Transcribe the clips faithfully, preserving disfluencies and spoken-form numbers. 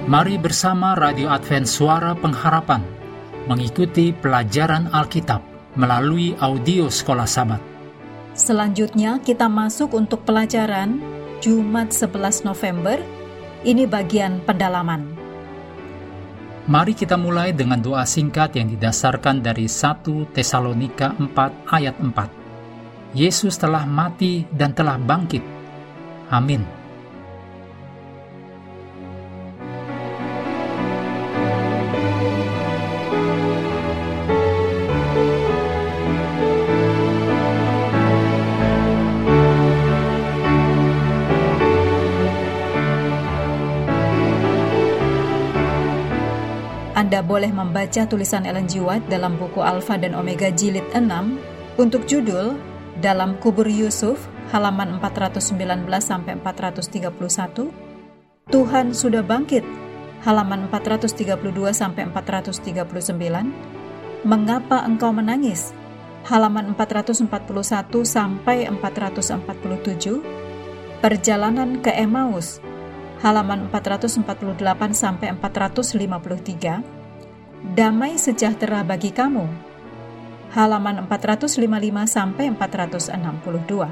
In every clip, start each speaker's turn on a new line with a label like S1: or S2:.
S1: Mari bersama Radio Advent Suara Pengharapan mengikuti pelajaran Alkitab melalui audio Sekolah Sabat.
S2: Selanjutnya kita masuk untuk pelajaran Jumat sebelas November. Ini bagian pendalaman.
S1: Mari kita mulai dengan doa singkat yang didasarkan dari satu Tesalonika empat ayat empat. Yesus telah mati dan telah bangkit. Amin.
S2: Anda boleh membaca tulisan Ellen G. White dalam buku Alfa dan Omega Jilid enam untuk judul Dalam Kubur Yusuf, halaman empat ratus sembilan belas sampai empat ratus tiga puluh satu, Tuhan Sudah Bangkit, halaman empat ratus tiga puluh dua sampai empat ratus tiga puluh sembilan, Mengapa Engkau Menangis, halaman empat ratus empat puluh satu sampai empat ratus empat puluh tujuh, Perjalanan ke Emmaus, halaman empat ratus empat puluh delapan sampai empat ratus lima puluh tiga, Damai Sejahtera Bagi Kamu, halaman empat ratus lima puluh lima sampai empat ratus enam puluh dua.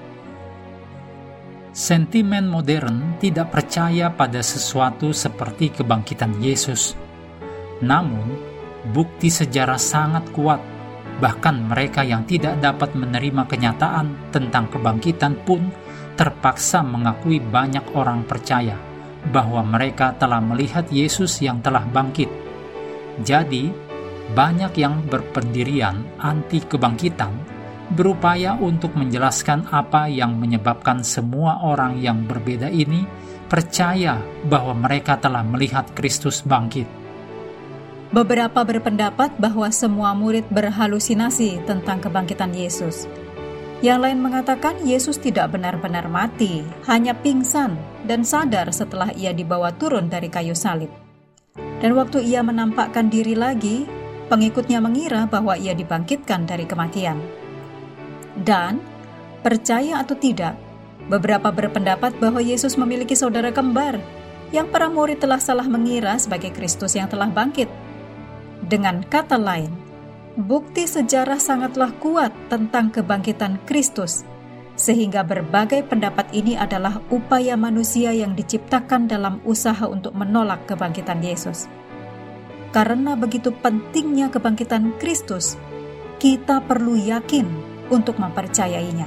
S1: Sentimen modern tidak percaya pada sesuatu seperti kebangkitan Yesus. Namun, bukti sejarah sangat kuat. Bahkan mereka yang tidak dapat menerima kenyataan tentang kebangkitan pun terpaksa mengakui banyak orang percaya bahwa mereka telah melihat Yesus yang telah bangkit. Jadi, banyak yang berpendirian anti kebangkitan berupaya untuk menjelaskan apa yang menyebabkan semua orang yang berbeda ini percaya bahwa mereka telah melihat Kristus bangkit.
S2: Beberapa berpendapat bahwa semua murid berhalusinasi tentang kebangkitan Yesus. Yang lain mengatakan Yesus tidak benar-benar mati, hanya pingsan dan sadar setelah ia dibawa turun dari kayu salib. Dan waktu ia menampakkan diri lagi, pengikutnya mengira bahwa ia dibangkitkan dari kematian. Dan, percaya atau tidak, beberapa berpendapat bahwa Yesus memiliki saudara kembar yang para murid telah salah mengira sebagai Kristus yang telah bangkit. Dengan kata lain, bukti sejarah sangatlah kuat tentang kebangkitan Kristus, sehingga berbagai pendapat ini adalah upaya manusia yang diciptakan dalam usaha untuk menolak kebangkitan Yesus. Karena begitu pentingnya kebangkitan Kristus, kita perlu yakin untuk mempercayainya.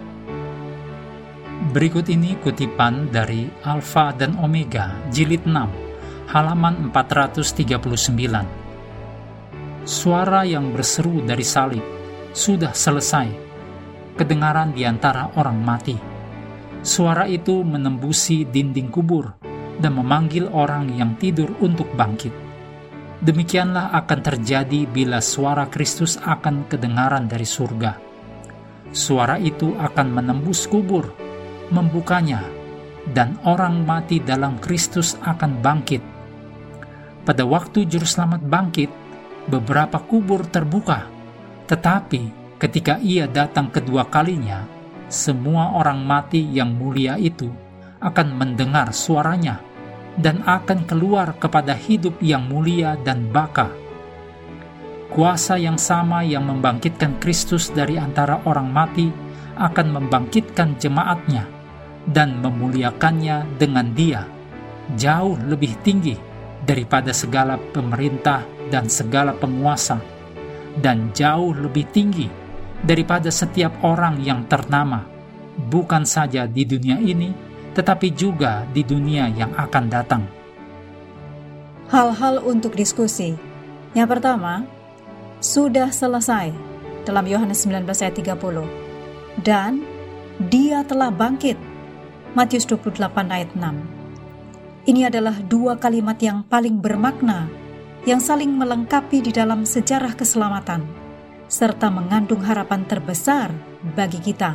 S1: Berikut ini kutipan dari Alfa dan Omega, Jilid enam, halaman empat ratus tiga puluh sembilan. Suara yang berseru dari salib, sudah selesai, kedengaran di antara orang mati. Suara itu menembusi dinding kubur dan memanggil orang yang tidur untuk bangkit. Demikianlah akan terjadi bila suara Kristus akan kedengaran dari surga. Suara itu akan menembus kubur, membukanya, dan orang mati dalam Kristus akan bangkit. Pada waktu Juru Selamat bangkit, beberapa kubur terbuka, tetapi ketika ia datang kedua kalinya, semua orang mati yang mulia itu akan mendengar suaranya dan akan keluar kepada hidup yang mulia dan baka. Kuasa yang sama yang membangkitkan Kristus dari antara orang mati akan membangkitkan jemaatnya dan memuliakannya dengan Dia jauh lebih tinggi daripada segala pemerintah dan segala penguasa, dan jauh lebih tinggi daripada setiap orang yang ternama, bukan saja di dunia ini, tetapi juga di dunia yang akan datang.
S2: Hal-hal untuk diskusi. Yang pertama, sudah selesai dalam Yohanes sembilan belas ayat tiga puluh. Dan Dia telah bangkit, Matius dua puluh delapan ayat enam. Ini adalah dua kalimat yang paling bermakna, yang saling melengkapi di dalam sejarah keselamatan, serta mengandung harapan terbesar bagi kita.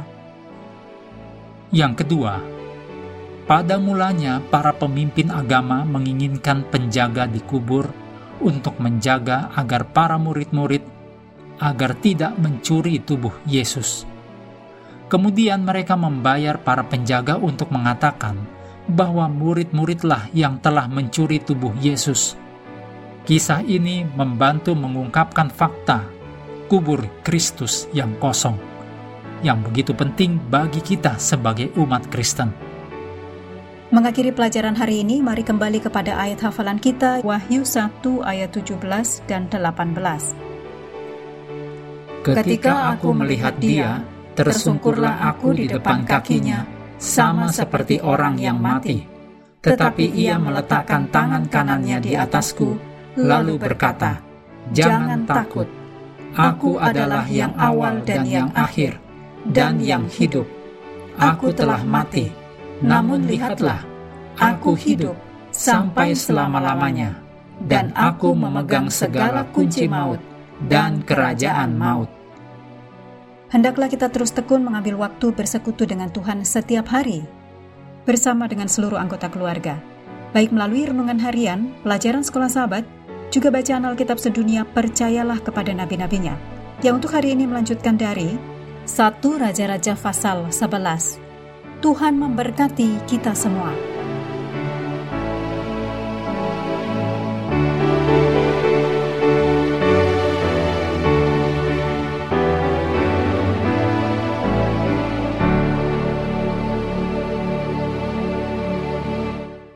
S1: Yang kedua, pada mulanya para pemimpin agama menginginkan penjaga di kubur untuk menjaga agar para murid-murid agar tidak mencuri tubuh Yesus. Kemudian mereka membayar para penjaga untuk mengatakan bahwa murid-muridlah yang telah mencuri tubuh Yesus. Kisah ini membantu mengungkapkan fakta kubur Kristus yang kosong, yang begitu penting bagi kita sebagai umat Kristen.
S2: Mengakhiri pelajaran hari ini, mari kembali kepada ayat hafalan kita, Wahyu satu ayat tujuh belas dan delapan belas.
S1: Ketika aku melihat dia, tersungkurlah aku di depan kakinya, sama seperti orang yang mati. Tetapi ia meletakkan tangan kanannya di atasku, lalu berkata, "Jangan takut, aku adalah yang awal dan yang akhir, dan yang hidup. Aku telah mati, namun lihatlah, aku hidup sampai selama-lamanya, dan aku memegang segala kunci maut dan kerajaan maut."
S2: Hendaklah kita terus tekun mengambil waktu bersekutu dengan Tuhan setiap hari, bersama dengan seluruh anggota keluarga, baik melalui renungan harian, pelajaran sekolah sahabat, juga bacaan Alkitab sedunia Percayalah kepada nabi-nabinya, yang untuk hari ini melanjutkan dari satu Raja-Raja pasal sebelas. Tuhan memberkati kita semua.